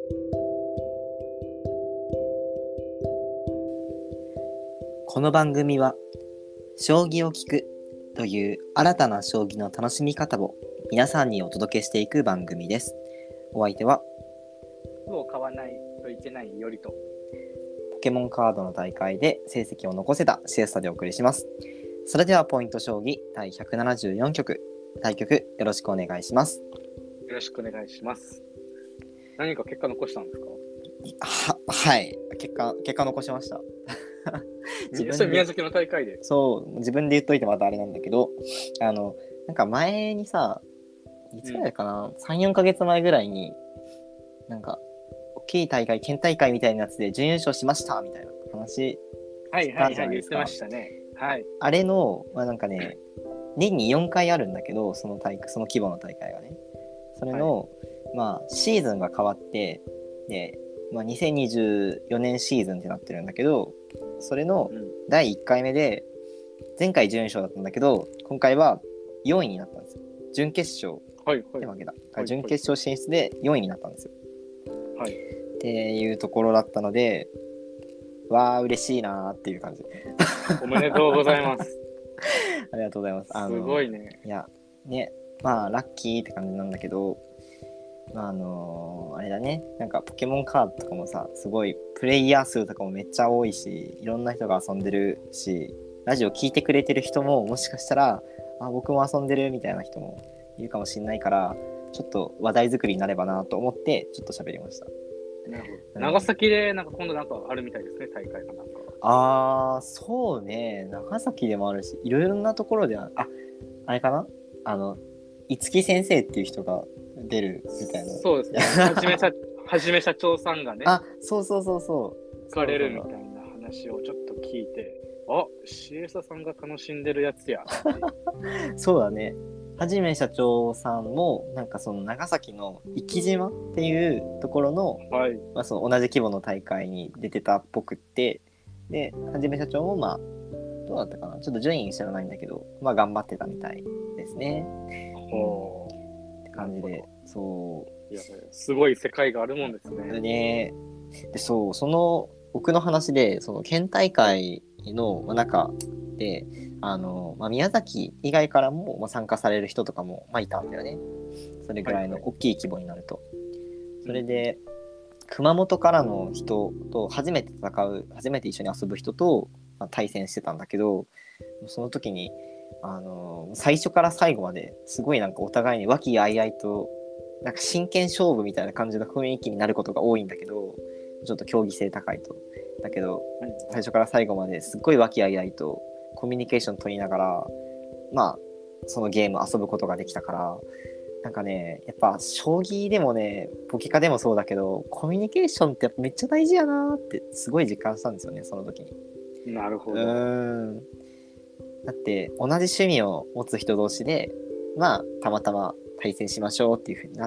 この番組は将棋を聞くという新たな将棋の楽しみ方を皆さんにお届けしていく番組です。お相手は服を買わないといけないよりとポケモンカードの大会で成績を残せたシエスタでお送りします。それではポイント将棋第174局対局よろしくお願いします。 よろしくお願いします。何か結果残したんですか？ はい、結果残しました。 それ宮崎の大会で。 そう自分で言っといてまたあれなんだけど、なんか前にさ、いつぐらいかな、3、4ヶ月前ぐらいになんか大きい大会、県大会みたいなやつで準優勝しましたみたいな話したじゃないですか。 言ってましたね。はい。 あれの、なんかね、年に4回あるんだけど、その規模の大会がね。それの、シーズンが変わって、で、2024年シーズンってなってるんだけど、それの第1回目で、前回準優勝だったんだけど、今回は4位になったんですよ。準決勝で負けた。準決勝進出で4位になったんですよ。 はい。 っていうところだったので、わー嬉しいなーっていう感じ。 おめでとうございます。 ありがとうございます。 すごいね。 いやね、ラッキーって感じなんだけど、あれだね、なんかポケモンカードとかもさ、すごいプレイヤー数とかもめっちゃ多いし、いろんな人が遊んでるし、ラジオ聞いてくれてる人ももしかしたら、僕も遊んでるみたいな人もいるかもしれないから、ちょっと話題作りになればなと思ってちょっと喋りました。 なるほど。長崎でなんか今度なんかあるみたいですね、大会かなんか。 そうね、長崎でもあるし、いろいろなところであれかな、五木先生っていう人が出るみたいな。 そうですね。はじめ社長さんがね。 そう行かれるみたいな話をちょっと聞いて、シエサさんが楽しんでるやつや。 そうだね。はじめ社長さんもなんかその長崎の壱岐島っていうところの、その同じ規模の大会に出てたっぽくって、ではじめ社長もどうだったかな、ちょっと順位知らないんだけど、頑張ってたみたいですね。って感じで、そう。 いや、すごい世界があるもんですね。 で、その奥の話で、その県大会の中で、宮崎以外からも参加される人とかもいたんだよね。それぐらいの大きい規模になると。それで、熊本からの人と初めて一緒に遊ぶ人と対戦してたんだけど、その時に最初から最後まですごいなんかお互いに和気あいあいとなんか真剣勝負みたいな感じの雰囲気になることが多いんだけど、ちょっと競技性高いとだけど、最初から最後まですっごい和気あいあいとコミュニケーション取りながらそのゲーム遊ぶことができたから、なんかね、やっぱ将棋でもね、ポケカでもそうだけど、コミュニケーションってやっぱめっちゃ大事やなってすごい実感したんですよね、その時に。 なるほど。 だって同じ趣味を持つ人同士でたまたま対戦しましょうっていう風になって、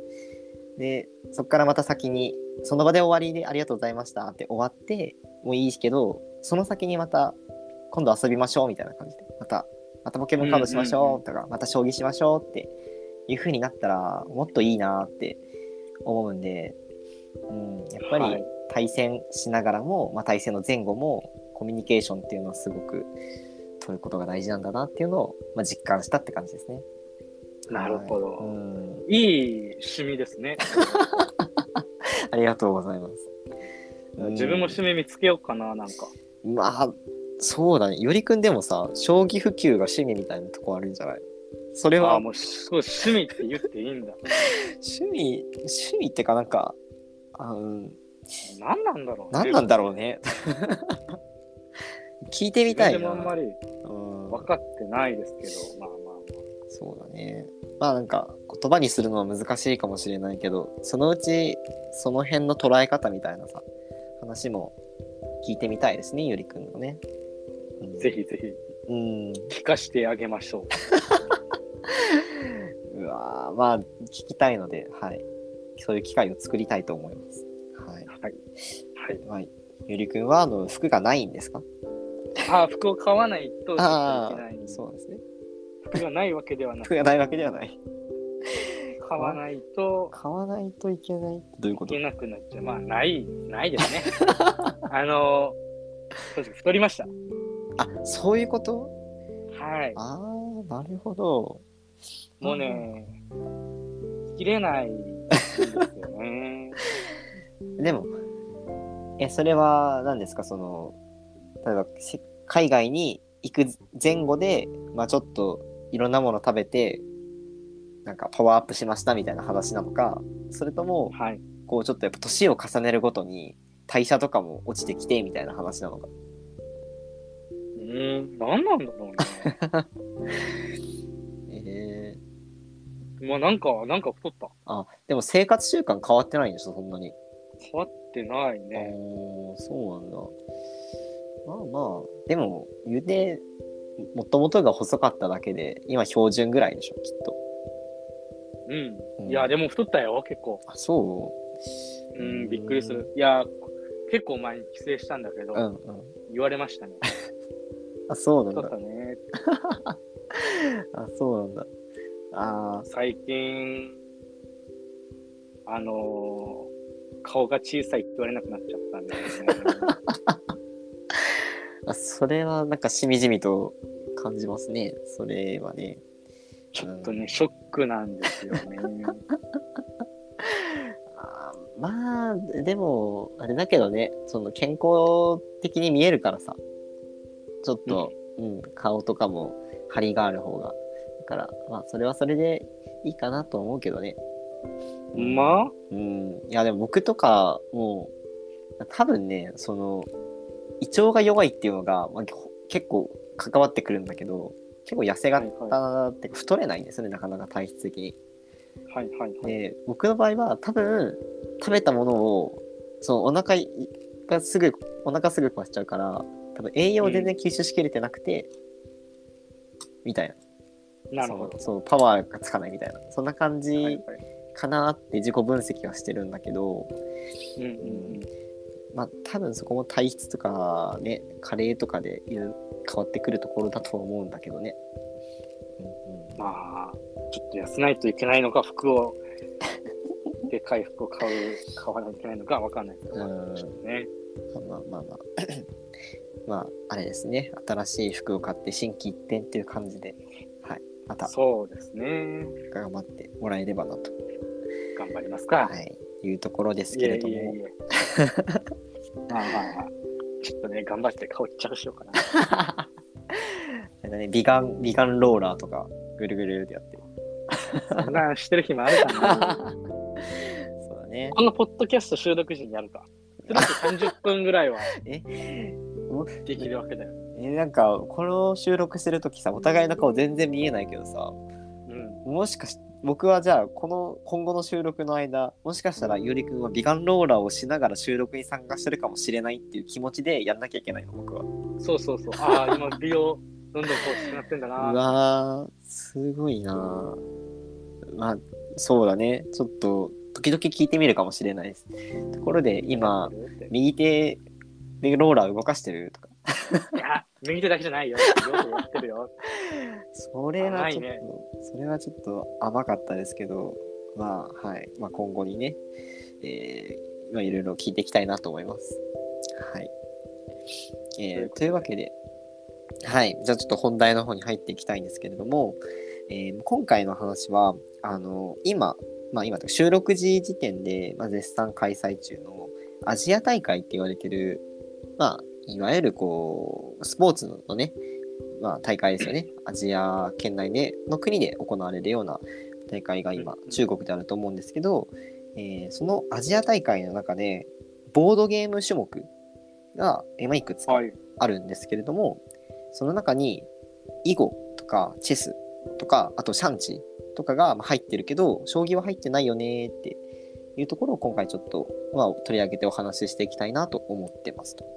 でそこからまた先にその場で終わりでありがとうございましたって終わってもいいけど、その先にまた今度遊びましょうみたいな感じでまたポケモンカードしましょうとか、また将棋しましょうっていう風になったらもっといいなって思うんで、やっぱり対戦しながらも、対戦の前後もコミュニケーションっていうのはすごく取ることが大事なんだなっていうのを、実感したって感じですね。 なるほど。いい趣味ですね。 ありがとうございます。 自分も趣味見つけようかな、なんか。 そうだね。よりくんでもさ、将棋普及が趣味みたいなとこあるんじゃない？それは。 もうすごい趣味って言っていいんだ。 趣味ってかなんか、 何なんだろうね。 何なんだろうね。聞いてみたいな。 自分でもあんまり分かってないですけど、 そうだね。なんか言葉にするのは難しいかもしれないけど、そのうちその辺の捉え方みたいなさ、話も聞いてみたいですね、ゆりくんのね。 ぜひぜひ聞かしてあげましょう。聞きたいので、そういう機会を作りたいと思います。ゆりくんは服がないんですか？ 服を買わないといけない。 そうですね。 服がないわけではない。 服がないわけではない。 買わないと買わないといけない。どういうこと？ いけなくなっちゃう。まあ、ないですね。正直太りました。 あ、そういうこと？ はい。 ああ、なるほど。 もうね、切れないんですよね。 でも、それは何ですか？例えば海外に行く前後で、まあちょっといろんなもの食べて、なんかパワーアップしましたみたいな話なのか、それとも、 はい。 こうちょっとやっぱ年を重ねるごとに代謝とかも落ちてきてみたいな話なのか。 何なんだろうね。 えまあ、なんか太った。 でも生活習慣変わってないんでしょ、そんなに。 変わってないね。 そうなんだ。まあまあ、でも、言うて、もともとが細かっただけで、今標準ぐらいでしょ、きっと。 いや、でも太ったよ、結構。 そうびっくりする。いや、結構前に帰省したんだけど、言われましたね。 そうなんだ。 太ったね。 そうなんだ。 最近、顔が小さいって言われなくなっちゃったんだよね。 それはなんかしみじみと感じますね。それはね。 ちょっとね、ショックなんですよね。 まあ、でも、あれだけどね、健康的に見えるからさ、ちょっと、顔とかも張りがある方が。だから、まあ、それはそれでいいかなと思うけどね。 まあいや、でも僕とか、もう、多分ね、胃腸が弱いっていうのが、まあ、結構関わってくるんだけど、結構痩せ型って太れないんですよね、なかなか体質的に。で、僕の場合は多分食べたものをお腹すぐ壊しちゃうから、多分栄養を全然吸収しきれてなくて、みたいな。 なるほど。 パワーがつかないみたいな、そんな感じかなって自己分析はしてるんだけど、まあ多分そこも体質とかね、加齢とかで変わってくるところだと思うんだけどね。 まあちょっと痩せないといけないのか、でかい服を買わないといけないのかわかんないけど、ね。 まああれですね、新しい服を買って心機一転っていう感じで、はい、またそうですね、 頑張ってもらえればなと。 頑張りますか。 はい、いうところですけれども。 まあちょっとね、頑張って顔ちっちゃくしようかな。 ビガンローラーとかぐるぐるってやってる。 そんなしてる暇あるかな。 そうだね。 このポッドキャスト収録時にやるか。それって30分ぐらいはできるわけだよ。 なんかこの収録してるときさ、お互いの顔全然見えないけどさ、もしかして僕はじゃあ今後の収録の間、もしかしたらゆうりくんはビガンローラーをしながら収録に参加してるかもしれないっていう気持ちでやんなきゃいけないの、僕は。 そう。今美容どんどんこうしくなってんだな。 うわー、すごいな。まあそうだね、ちょっと時々聞いてみるかもしれないです。ところで今右手でローラー動かしてるとか。 いや、右手だけじゃないよ。両手やってるよ。 それはちょっと甘かったですけど、まあはい、まあ、今後にね、まあ、いろいろ聞いていきたいなと思います。はい。というわけで、はい、じゃあちょっと本題の方に入っていきたいんですけれども、今回の話は今収録時時点で、絶賛開催中のアジア大会って言われてる、いわゆるスポーツのね、大会ですよね。アジア圏内の国で行われるような大会が今中国であると思うんですけど、そのアジア大会の中でボードゲーム種目がいくつかあるんですけれども、その中に囲碁とかチェスとか、あとシャンチとかが入ってるけど、将棋は入ってないよねっていうところを今回ちょっと、取り上げてお話ししていきたいなと思ってますと。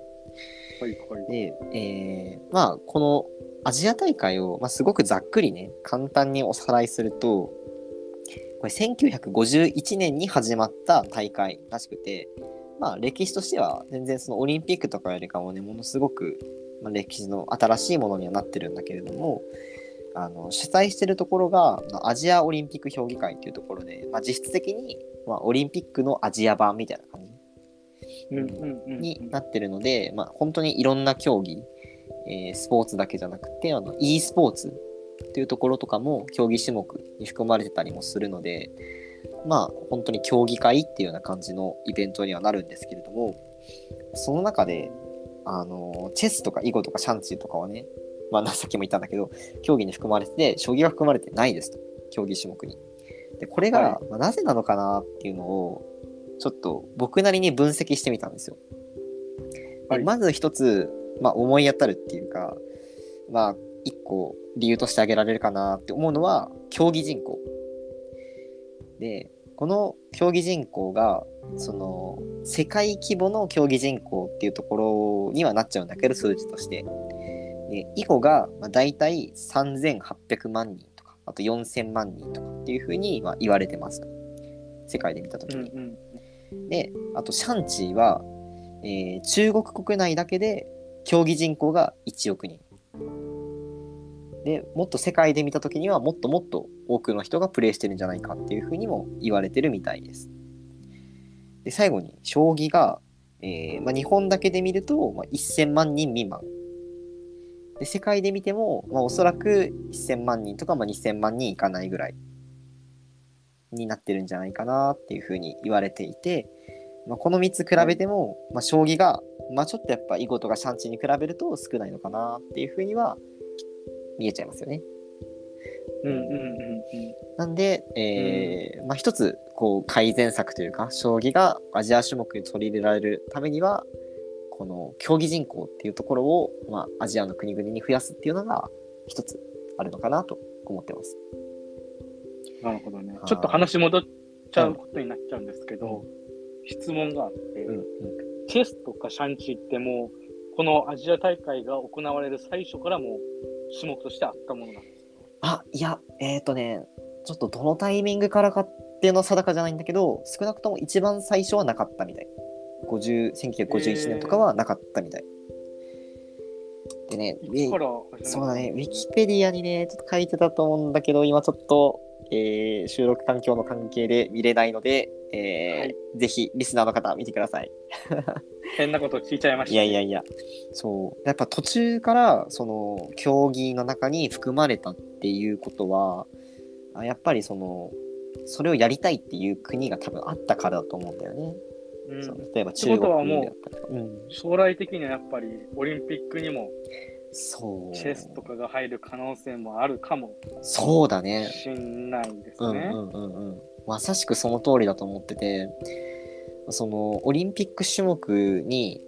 で、このアジア大会を、すごくざっくりね、簡単におさらいすると、これ1951年に始まった大会らしくて、歴史としては全然そのオリンピックとかよりかもね、ものすごく、歴史の新しいものにはなってるんだけれども、 主催してるところがアジアオリンピック評議会っていうところで、実質的に、オリンピックのアジア版みたいな感じになってるので、本当にいろんな競技、スポーツだけじゃなくてe スポーツっていうところとかも競技種目に含まれてたりもするので、本当に競技会っていうような感じのイベントにはなるんですけれども、その中でチェスとか囲碁とかシャンチーとかはね、さっきも言ったんだけど競技に含まれてて将棋が含まれてないですと、競技種目に。でこれが、なぜなのかなっていうのをちょっと僕なりに分析してみたんですよ。でまず一つ、思い当たるっていうか、一個理由として挙げられるかなって思うのは競技人口で、この競技人口がその世界規模の競技人口っていうところにはなっちゃうんだけど、数字としてで囲碁がだいたい3800万人とかあと4000万人とかっていうふうに言われてますと、世界で見たときに。であとシャンチーは、中国国内だけで競技人口が1億人で、もっと世界で見たときにはもっともっと多くの人がプレイしてるんじゃないかっていうふうにも言われてるみたいです。で最後に将棋が、日本だけで見ると、1000万人未満で、世界で見ても、おそらく1000万人とか、2000万人いかないぐらいになってるんじゃないかなっていうふうに言われていて、この3つ比べても、将棋が、ちょっとやっぱ囲碁とかシャンチーに比べると少ないのかなっていうふうには見えちゃいますよね。なんで、一つこう改善策というか、将棋がアジア種目に取り入れられるためには、この競技人口っていうところを、アジアの国々に増やすっていうのが一つあるのかなと思ってます。 なるほどね。ちょっと話戻っちゃうことになっちゃうんですけど、質問があって、チェスとかシャンチーってもうこのアジア大会が行われる最初からもう種目としてあったものなんですか？ いや、ちょっとどのタイミングからかっていうのは定かじゃないんだけど、少なくとも一番最初はなかったみたい。1951年とかはなかったみたい。でね、そうだね、ウィキペディアにね、ちょっと書いてたと思うんだけど、今ちょっと、収録環境の関係で見れないので、ぜひリスナーの方見てください。 変なこと聞いちゃいました、 いや、そう。やっぱ途中からその競技の中に含まれたっていうことは、やっぱりそれをやりたいっていう国が多分あったからだと思うんだよね。例えば中国だったりとか。 将来的にはやっぱりオリンピックにもそうチェスとかが入る可能性もあるかも。 そうだね。 しんないですね。 まさしくその通りだと思ってて、そのオリンピック種目に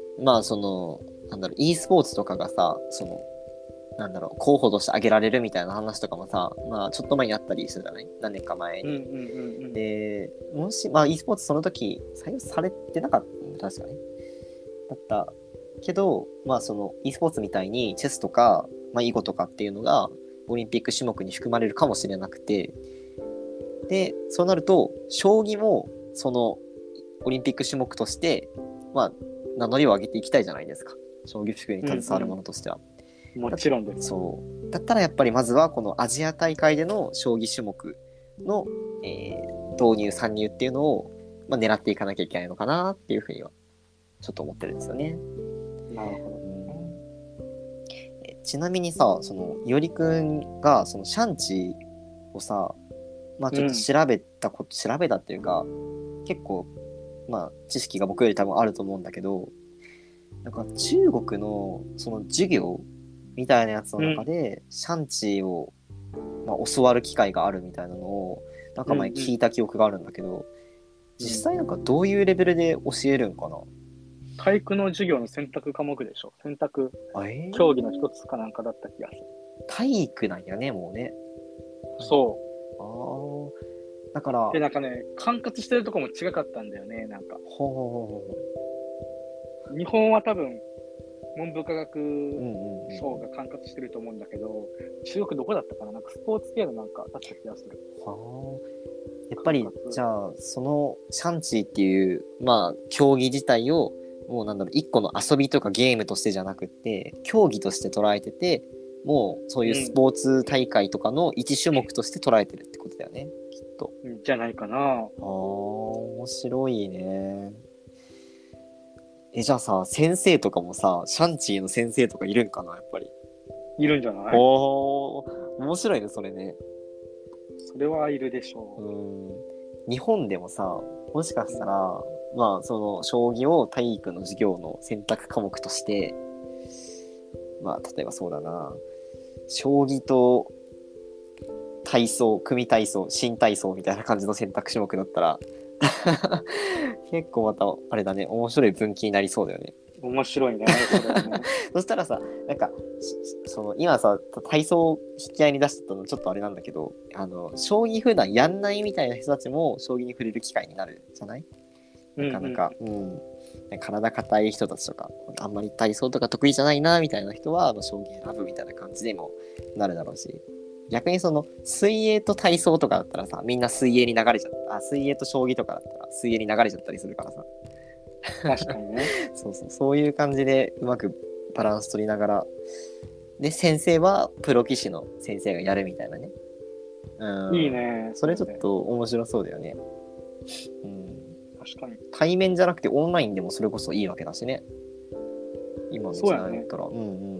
e スポーツとかがさ、候補として挙げられるみたいな話とかもさ、ちょっと前にあったりするじゃない？何年か前に。で、もし、e スポーツその時採用されてなかった確かね。だったけど、e スポーツみたいにチェスとか、囲碁とかっていうのがオリンピック種目に含まれるかもしれなくて、で、そうなると、将棋もそのオリンピック種目として、名乗りを上げていきたいじゃないですか。将棋普及に携わるものとしては。 もちろんです。 そう。だったらやっぱりまずはこのアジア大会での将棋種目の、導入参入っていうのを、狙っていかなきゃいけないのかなっていうふうにはちょっと思ってるんですよね。 なるほど。 ちなみにさ、いおりくんがそのシャンチをさ、ちょっと調べたっていうか、結構知識が僕より多分あると思うんだけど、なんか中国のその授業みたいなやつの中で、シャンチを、教わる機会があるみたいなのをなんか前聞いた記憶があるんだけど、実際なんかどういうレベルで教えるんかな？ 体育の授業の選択科目でしょ。選択競技の一つかなんかだった気がする。 体育なんやね、もうね。 そう。 だからで、なんかね、管轄してるとこも違かったんだよね、なんか。日本は多分、文部科学省が管轄してると思うんだけど、中国どこだったかな、なんかスポーツ系のなんかだった気がする。 やっぱり、じゃあ、そのシャンチーっていう、競技自体を、もう一個の遊びとかゲームとしてじゃなくて、競技として捉えてて、 もうそういうスポーツ大会とかの一種目として捉えてるってことだよね、きっと。 じゃないかな。 面白いね。じゃあさ、先生とかもさ、シャンチーの先生とかいるんかな、やっぱり。 いるんじゃない？ 面白いね、それね。 それはいるでしょ日本でもさ、もしかしたら、まあ、その、将棋を体育の授業の選択科目として、まあ、例えばそうだな、将棋と体操、組体操、新体操みたいな感じの選択種目だったら、結構また、あれだね、面白い分岐になりそうだよね。 う。面白いね。それねそしたらさ、なんか、その今さ、体操引き合いに出してたのちょっとあれなんだけど、将棋普段やんないみたいな人たちも将棋に触れる機会になるじゃない？なかなか、体硬い人たちとか、あんまり体操とか得意じゃないなみたいな人は、将棋選ぶみたいな感じでもなるだろうし、逆にその水泳と体操とかだったらさ、みんな水泳に流れちゃった、水泳と将棋とかだったら水泳に流れちゃったりするからさ。 確かにね。 そういう感じでうまくバランス取りながら、で先生はプロ棋士の先生がやるみたいなね。 いいね。 それちょっと面白そうだよね。 確かに。 対面じゃなくてオンラインでもそれこそいいわけだしね。今の時代だったら。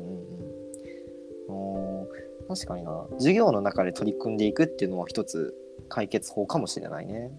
確かにな。授業の中で取り組んでいくっていうのは一つ解決法かもしれないね。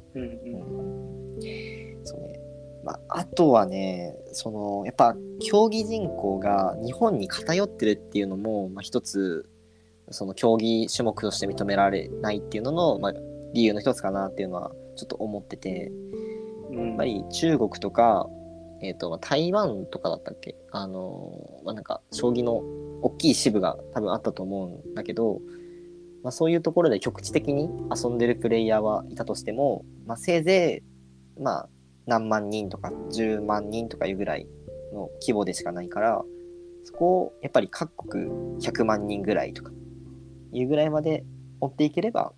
そうね。あとはね、やっぱ競技人口が日本に偏ってるっていうのも、一つその競技種目として認められないっていうのの、理由の一つかなっていうのはちょっと思ってて、やっぱり中国とか、台湾とかだったっけ、なんか将棋の大きい支部が多分あったと思うんだけど、そういうところで局地的に遊んでるプレイヤーはいたとしても、せいぜい何万人とか10万人とかいうぐらいの規模でしかないから、そこをやっぱり各国100万人ぐらいとかいうぐらいまで持っていければ、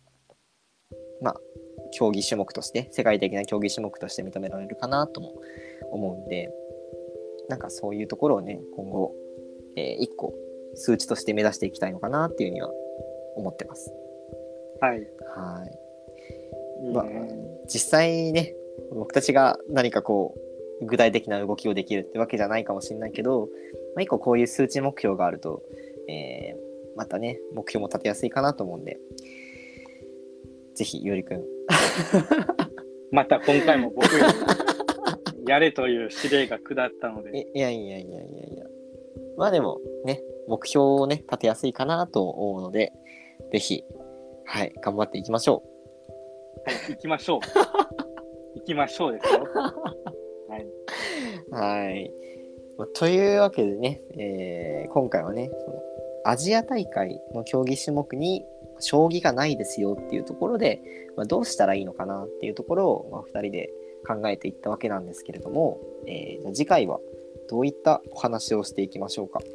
競技種目として世界的な競技種目として認められるかなとも思うんで、なんかそういうところをね、今後、一個数値として目指していきたいのかなっていうには思ってます。 はい。 実際ね、僕たちが何かこう具体的な動きをできるってわけじゃないかもしれないけど、一個こういう数値目標があると、またね目標も立てやすいかなと思うんで、ぜひゆうりくんまた今回も僕にやれという指令が下ったので。 いやでもね、目標をね立てやすいかなと思うので、ぜひ頑張っていきましょう。行きましょう行きましょうですよ。 というわけでね、今回はね、そのアジア大会の競技種目に将棋がないですよっていうところで、どうしたらいいのかなっていうところを、2人で考えていったわけなんですけれども、じゃあ次回はどういったお話をしていきましょうか。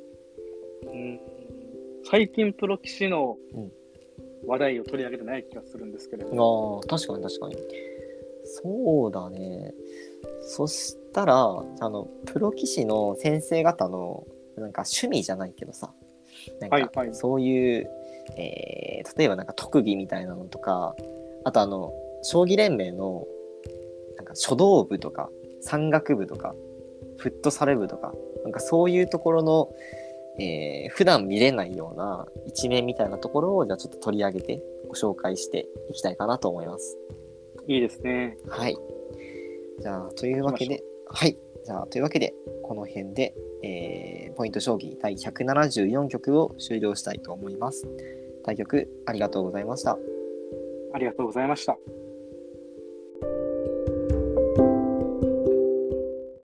最近プロ棋士の話題を取り上げてない気がするんですけれど。 確かにそうだね。そしたらプロ棋士の先生方のなんか趣味じゃないけどさ、なんかそういう、例えばなんか特技みたいなのとか、あと将棋連盟のなんか書道部とか山岳部とかフットサル部とか、なんかそういうところの、普段見れないような一面みたいなところをじゃあちょっと取り上げてご紹介していきたいかなと思います。 いいですね。 じゃあというわけでこの辺で、ポイント将棋第174局を終了したいと思います。対局ありがとうございました。 ありがとうございました。